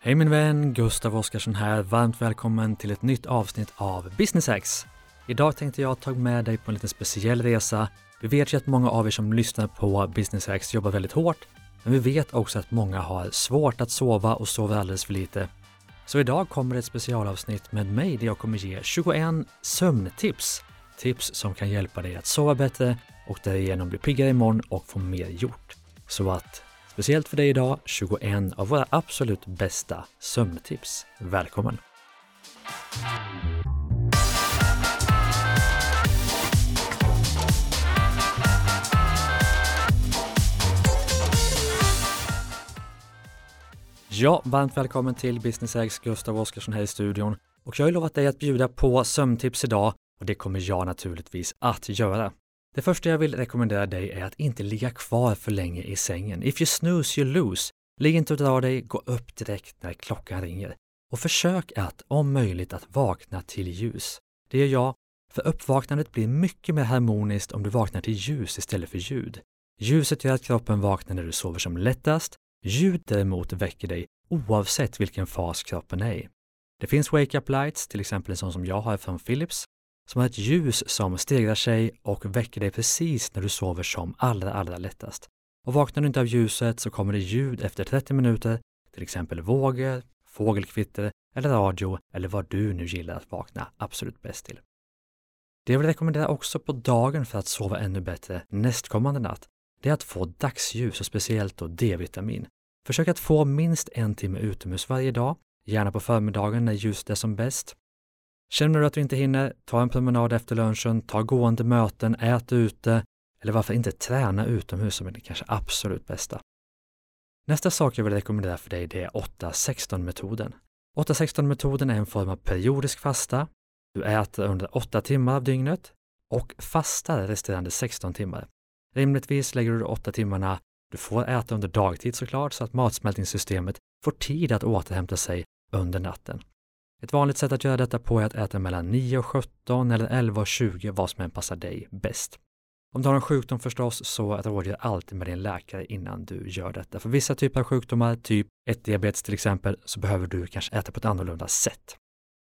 Hej min vän, Gustav Oskarsson här. Varmt välkommen till ett nytt avsnitt av Business Hacks. Idag tänkte jag ta med dig på en liten speciell resa. Vi vet ju att många av er som lyssnar på Business Hacks jobbar väldigt hårt. Men vi vet också att många har svårt att sova och sover alldeles för lite. Så idag kommer ett specialavsnitt med mig där jag kommer ge 21 sömntips. Tips som kan hjälpa dig att sova bättre och därigenom bli piggare imorgon och få mer gjort. Så att speciellt för dig idag, 21 av våra absolut bästa sömntips. Välkommen! Ja, varmt välkommen till Business Hacks, Gustav Oskarsson här i studion. Och jag har lovat dig att bjuda på sömntips idag och det kommer jag naturligtvis att göra. Det första jag vill rekommendera dig är att inte ligga kvar för länge i sängen. If you snooze, you lose. Ligg inte och dra dig, gå upp direkt när klockan ringer. Och försök att, om möjligt, att vakna till ljus. Det gör jag, för uppvaknandet blir mycket mer harmoniskt om du vaknar till ljus istället för ljud. Ljuset gör att kroppen vaknar när du sover som lättast. Ljud däremot väcker dig oavsett vilken fas kroppen är i. Det finns wake-up lights, till exempel en sån som jag har från Philips, som har ett ljus som stegrar sig och väcker dig precis när du sover som allra lättast. Och vaknar du inte av ljuset så kommer det ljud efter 30 minuter, till exempel vågor, fågelkvitter eller radio eller vad du nu gillar att vakna absolut bäst till. Det jag vill rekommendera också på dagen för att sova ännu bättre nästkommande natt, det är att få dagsljus och speciellt då D-vitamin. Försök att få minst 1 timme utomhus varje dag, gärna på förmiddagen när ljuset är som bäst. Känner du att du inte hinner, ta en promenad efter lunchen, ta gående möten, ät ute eller varför inte träna utomhus som är det kanske absolut bästa. Nästa sak jag vill rekommendera för dig det är 8-16-metoden. 8-16-metoden är en form av periodisk fasta. Du äter under 8 timmar av dygnet och fastar resterande 16 timmar. Rimligtvis lägger du 8 timmarna. Du får äta under dagtid såklart så att matsmältningssystemet får tid att återhämta sig under natten. Ett vanligt sätt att göra detta på är att äta mellan 9 och 17 eller 11 och 20 vad som än passar dig bäst. Om du har en sjukdom förstås så råder jag alltid med din läkare innan du gör detta. För vissa typer av sjukdomar, typ 1-diabetes till exempel, så behöver du kanske äta på ett annorlunda sätt.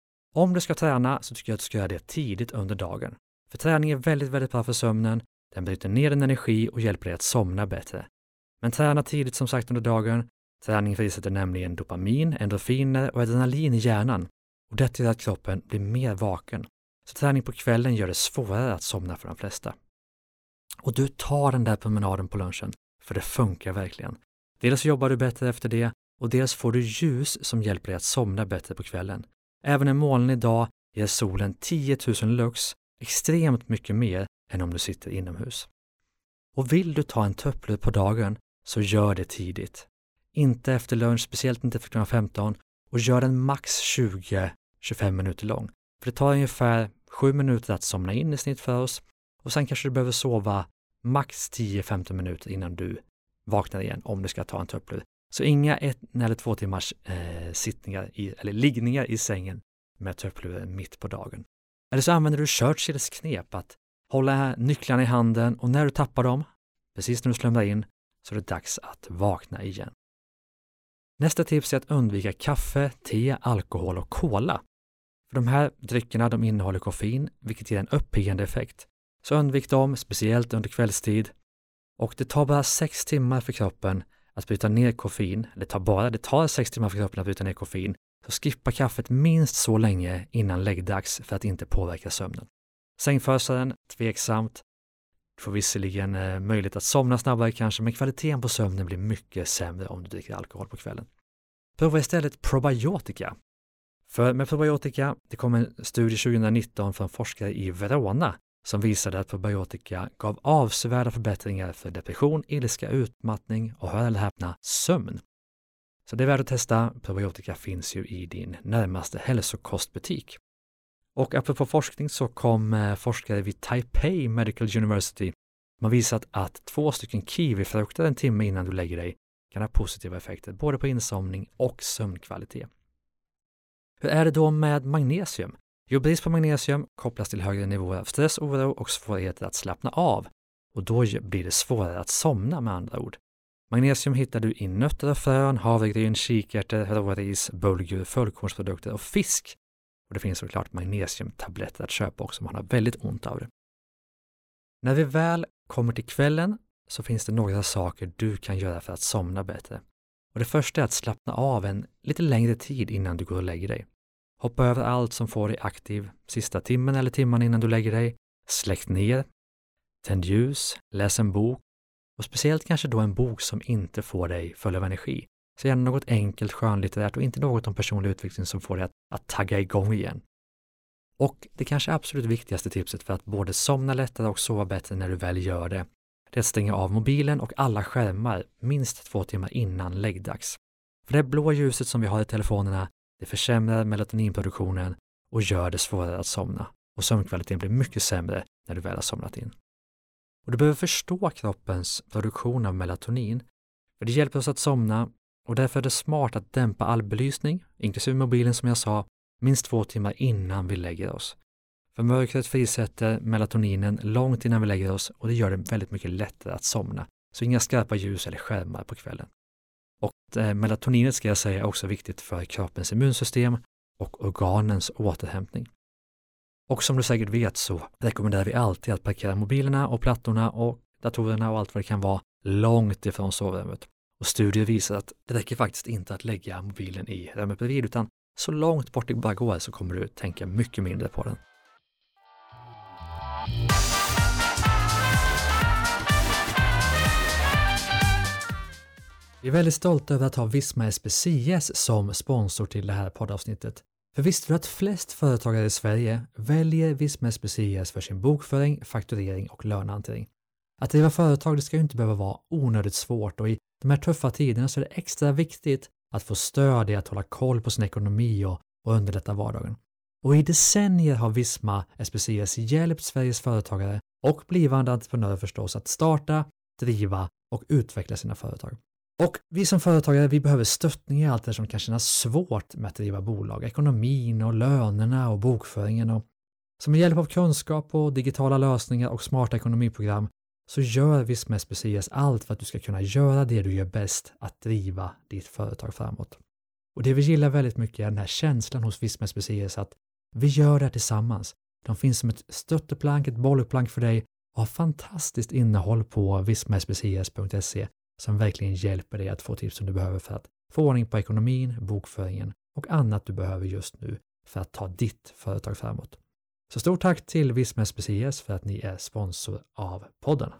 Om du ska träna så tycker jag att du ska göra det tidigt under dagen. För träning är väldigt bra för sömnen, den bryter ner din energi och hjälper dig att somna bättre. Men träna tidigt som sagt under dagen. Träning frisätter nämligen dopamin, endorfiner och adrenalin i hjärnan. Och detta gör att kroppen blir mer vaken. Så träning på kvällen gör det svårare att somna för de flesta. Och du tar den där promenaden på lunchen, för det funkar verkligen. Dels jobbar du bättre efter det och dels får du ljus som hjälper dig att somna bättre på kvällen. Även en molnig dag ger solen 10 000 lux, extremt mycket mer än om du sitter inomhus. Och vill du ta en tupplur på dagen så gör det tidigt. Inte efter lunch, speciellt inte för klockan 15 och gör den max 20-25 minuter lång. För det tar ungefär 7 minuter att somna in i snitt för oss och sen kanske du behöver sova max 10-15 minuter innan du vaknar igen om du ska ta en tupplur. Så inga 1 eller 2 timmars sittningar eller liggningar i sängen med tuppluren mitt på dagen. Eller så använder du Churchills knep att hålla nycklarna i handen och när du tappar dem, precis när du slumrar in, så är det dags att vakna igen. Nästa tips är att undvika kaffe, te, alkohol och cola. För de här dryckerna de innehåller koffein, vilket ger en uppiggande effekt. Så undvik dem, speciellt under kvällstid. Och det tar bara 6 timmar för kroppen att bryta ner koffein. Det tar 6 timmar för kroppen att bryta ner koffein. Så skippa kaffet minst så länge innan läggdags för att inte påverka sömnen. Sängfösaren, tveksamt. Du får visserligen möjlighet att somna snabbare kanske, men kvaliteten på sömnen blir mycket sämre om du dricker alkohol på kvällen. Prova istället probiotika. För med probiotika, det kom en studie 2019 från forskare i Verona som visade att probiotika gav avsevärda förbättringar för depression, ilska, utmattning och hör eller häpna, sömn. Så det är värt att testa. Probiotika finns ju i din närmaste hälsokostbutik. Och apropå forskning så kom forskare vid Taipei Medical University. Man visat att 2 kiwifrukter en timme innan du lägger dig kan ha positiva effekter både på insomning och sömnkvalitet. Hur är det då med magnesium? Jo, brist på magnesium kopplas till högre nivåer av stress, oro och svårigheter att slappna av. Och då blir det svårare att somna med andra ord. Magnesium hittar du i nötter och frön, havregryn, kikärtor, råris, bulgur, fullkornsprodukter och fisk. Och det finns såklart magnesiumtabletter att köpa också om man har väldigt ont av det. När vi väl kommer till kvällen så finns det några saker du kan göra för att somna bättre. Och det första är att slappna av en lite längre tid innan du går och lägger dig. Hoppa över allt som får dig aktiv sista timmen eller timman innan du lägger dig. Släck ner, tänd ljus, läs en bok och speciellt kanske då en bok som inte får dig full av energi. Så gärna något enkelt, skönlitterärt och inte något om personlig utveckling som får dig att tagga igång igen. Och det kanske absolut viktigaste tipset för att både somna lättare och sova bättre när du väl gör det är att stänga av mobilen och alla skärmar minst 2 timmar innan läggdags. För det blå ljuset som vi har i telefonerna, det försämrar melatoninproduktionen och gör det svårare att somna. Och sömnkvaliteten blir mycket sämre när du väl har somnat in. Och du behöver förstå kroppens produktion av melatonin, för det hjälper oss att somna och därför är det smart att dämpa all belysning, inklusive mobilen som jag sa, minst 2 timmar innan vi lägger oss. För mörkret frisätter melatoninen långt innan vi lägger oss och det gör det väldigt mycket lättare att somna. Så inga skarpa ljus eller skärmar på kvällen. Och melatoninet ska jag säga är också viktigt för kroppens immunsystem och organens återhämtning. Och som du säkert vet så rekommenderar vi alltid att parkera mobilerna och plattorna och datorerna och allt vad det kan vara långt ifrån sovrummet. Och studier visar att det räcker faktiskt inte att lägga mobilen i rummet bredvid utan så långt bort det bara går så kommer du tänka mycket mindre på den. Vi är väldigt stolta över att ha Visma SPCS som sponsor till det här poddavsnittet. För visste du att flest företagare i Sverige väljer Visma SPCS för sin bokföring, fakturering och lönehantering? Att driva företag det ska ju inte behöva vara onödigt svårt och i de här tuffa tiderna så är det extra viktigt att få stöd i att hålla koll på sin ekonomi och underlätta vardagen. Och i decennier har Visma SPCS hjälpt Sveriges företagare och blivande entreprenörer förstås att starta, driva och utveckla sina företag. Och vi som företagare vi behöver stöttning i allt det som kan kännas svårt med att driva bolag, ekonomin och lönerna och bokföringen. Och som med hjälp av kunskap och digitala lösningar och smarta ekonomiprogram så gör Visma SPCS allt för att du ska kunna göra det du gör bäst, att driva ditt företag framåt. Och det vi gillar väldigt mycket är den här känslan hos Visma SPCS att vi gör det här tillsammans. De finns som ett stötteplank, ett bollplank för dig och har fantastiskt innehåll på vismaspcs.se som verkligen hjälper dig att få tips som du behöver för att få ordning på ekonomin, bokföringen och annat du behöver just nu för att ta ditt företag framåt. Så stort tack till Visma SPCS för att ni är sponsor av podden.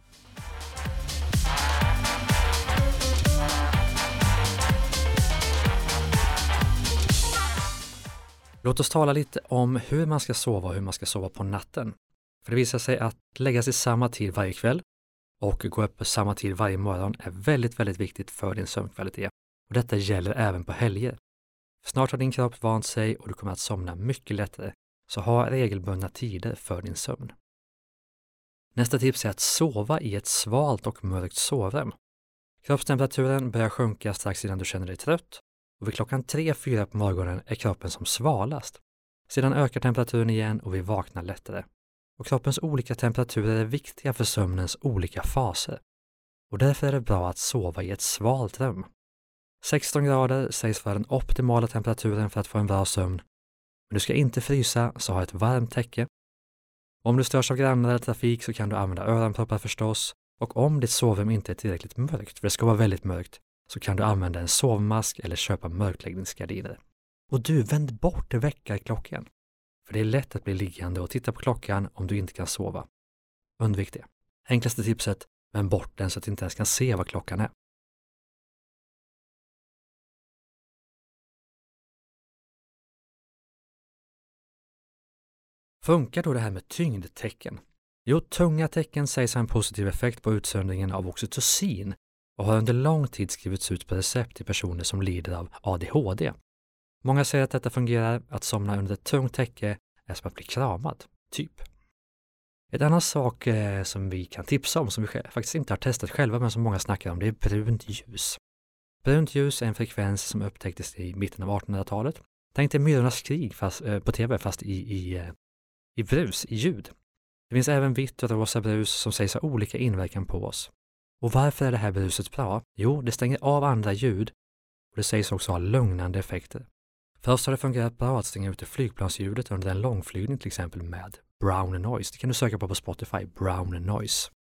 Låt oss tala lite om hur man ska sova och hur man ska sova på natten. För det visar sig att lägga sig samma tid varje kväll och gå upp på samma tid varje morgon är väldigt, väldigt viktigt för din sömnkvalitet. Och detta gäller även på helger. Snart har din kropp vant sig och du kommer att somna mycket lättare. Så ha regelbundna tider för din sömn. Nästa tips är att sova i ett svalt och mörkt sovrum. Kroppstemperaturen börjar sjunka strax innan du känner dig trött och vid klockan 3-4 på morgonen är kroppen som svalast. Sedan ökar temperaturen igen och vi vaknar lättare. Och kroppens olika temperaturer är viktiga för sömnens olika faser. Och därför är det bra att sova i ett svalt rum. 16 grader sägs vara den optimala temperaturen för att få en bra sömn. Men du ska inte frysa, så ha ett varmt täcke. Om du störs av grannar eller trafik så kan du använda öronproppar förstås. Och om ditt sovrum inte är tillräckligt mörkt, för det ska vara väldigt mörkt, så kan du använda en sovmask eller köpa mörkläggningsgardiner. Och du, vänd bort väckarklockan. För det är lätt att bli liggande och titta på klockan om du inte kan sova. Undvik det. Enklaste tipset, vänd bort den så att du inte ens kan se vad klockan är. Funkar då det här med tyngdtecken? Jo, tunga tecken sägs ha en positiv effekt på utsöndringen av oxytocin och har under lång tid skrivits ut på recept till personer som lider av ADHD. Många säger att detta fungerar, att somna under ett tungt täcke är som att bli kramad, typ. Ett annat sak som vi kan tipsa om, som vi faktiskt inte har testat själva men som många snackar om, det är brunt ljus. Brunt ljus är en frekvens som upptäcktes i mitten av 1800-talet. Tänk dig Myrornas krig på tv fast i brus, i ljud. Det finns även vitt och rosa brus som sägs ha olika inverkan på oss. Och varför är det här bruset bra? Jo, det stänger av andra ljud och det sägs också ha lugnande effekter. Först har det fungerat bra att stänga ute flygplansljudet under en långflygning till exempel med brown noise. Det kan du söka på Spotify, brown noise.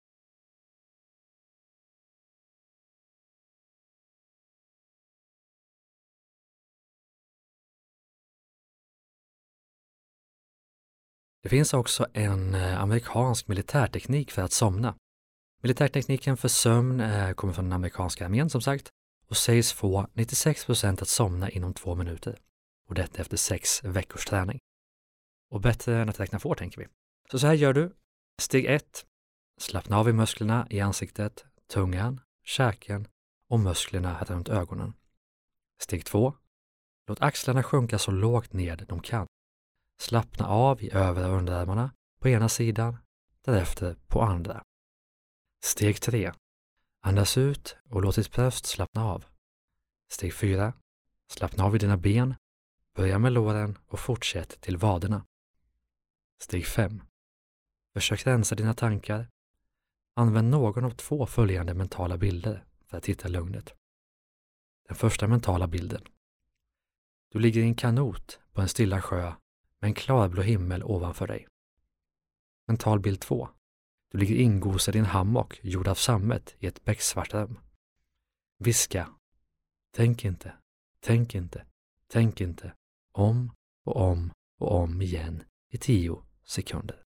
Det finns också en amerikansk militärteknik för att somna. Militärtekniken för sömn kommer från den amerikanska armén som sagt och sägs få 96% att somna inom 2 minuter. Och detta efter 6 veckors träning. Och bättre än att räkna får tänker vi. Så här gör du. Steg 1. Slappna av i musklerna i ansiktet, tungan, käken och musklerna runt ögonen. Steg 2. Låt axlarna sjunka så lågt ned de kan. Slappna av i över- och underarmarna på ena sidan, därefter på andra. Steg 3. Andas ut och låt ditt bröst slappna av. Steg 4. Slappna av i dina ben, börja med låren och fortsätt till vaderna. Steg 5. Försök rensa dina tankar. Använd någon av 2 följande mentala bilder för att hitta lugnet. Den första mentala bilden. Du ligger i en kanot på en stilla sjö med en klarblå himmel ovanför dig. Mental bild 2. Du ligger ingosad i en hammock gjord av sammet i ett becksvart rum. Viska. Tänk inte, tänk inte, tänk inte. Om och om och om igen i 10 sekunder.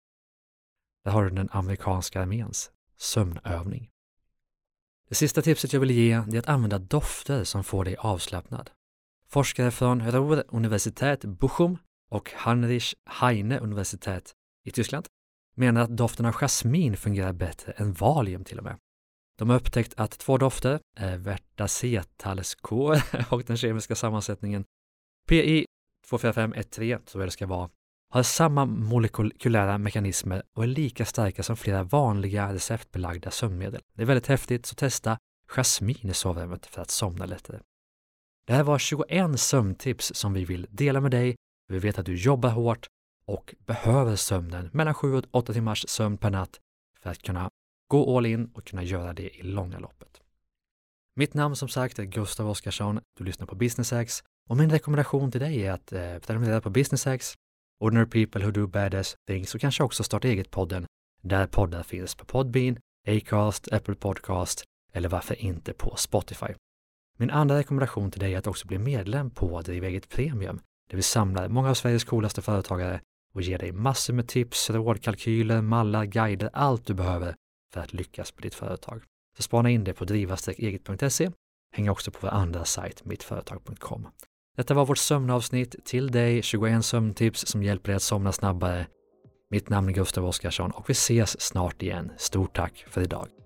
Där har du den amerikanska arméns sömnövning. Det sista tipset jag vill ge är att använda dofter som får dig avslappnad. Forskare från Ruhr-universitet Bochum och Heinrich Heine universitet i Tyskland menar att doften av jasmin fungerar bättre än valium till och med. De har upptäckt att 2 dofter, vertacetalskor och den kemiska sammansättningen PI 24513, så det ska vara, har samma molekylära mekanismer och är lika starka som flera vanliga receptbelagda sömnmedel. Det är väldigt häftigt, så testa jasmin i sovrummet för att somna lättare. Det här var 21 sömntips som vi vill dela med dig. Vi vet att du jobbar hårt och behöver sömnen mellan 7 och 8 timmars sömn per natt för att kunna gå all in och kunna göra det i långa loppet. Mitt namn som sagt är Gustav Oskarsson. Du lyssnar på Business Hacks och min rekommendation till dig är att prenumerera på Business Hacks, Ordinary People Who Do Badass Things och kanske också starta eget-podden där poddar finns på Podbean, Acast, Apple Podcast eller varför inte på Spotify. Min andra rekommendation till dig är att också bli medlem på Driv Eget Premium där vi samlar många av Sveriges coolaste företagare och ger dig massor med tips, råd, kalkyler, mallar, guider, allt du behöver för att lyckas på ditt företag. Så spana in det på driva-eget.se. Häng också på vår andra sajt, mittföretag.com. Detta var vårt sömnavsnitt till dig, 21 sömntips som hjälper dig att somna snabbare. Mitt namn är Gustav Oskarsson och vi ses snart igen. Stort tack för idag.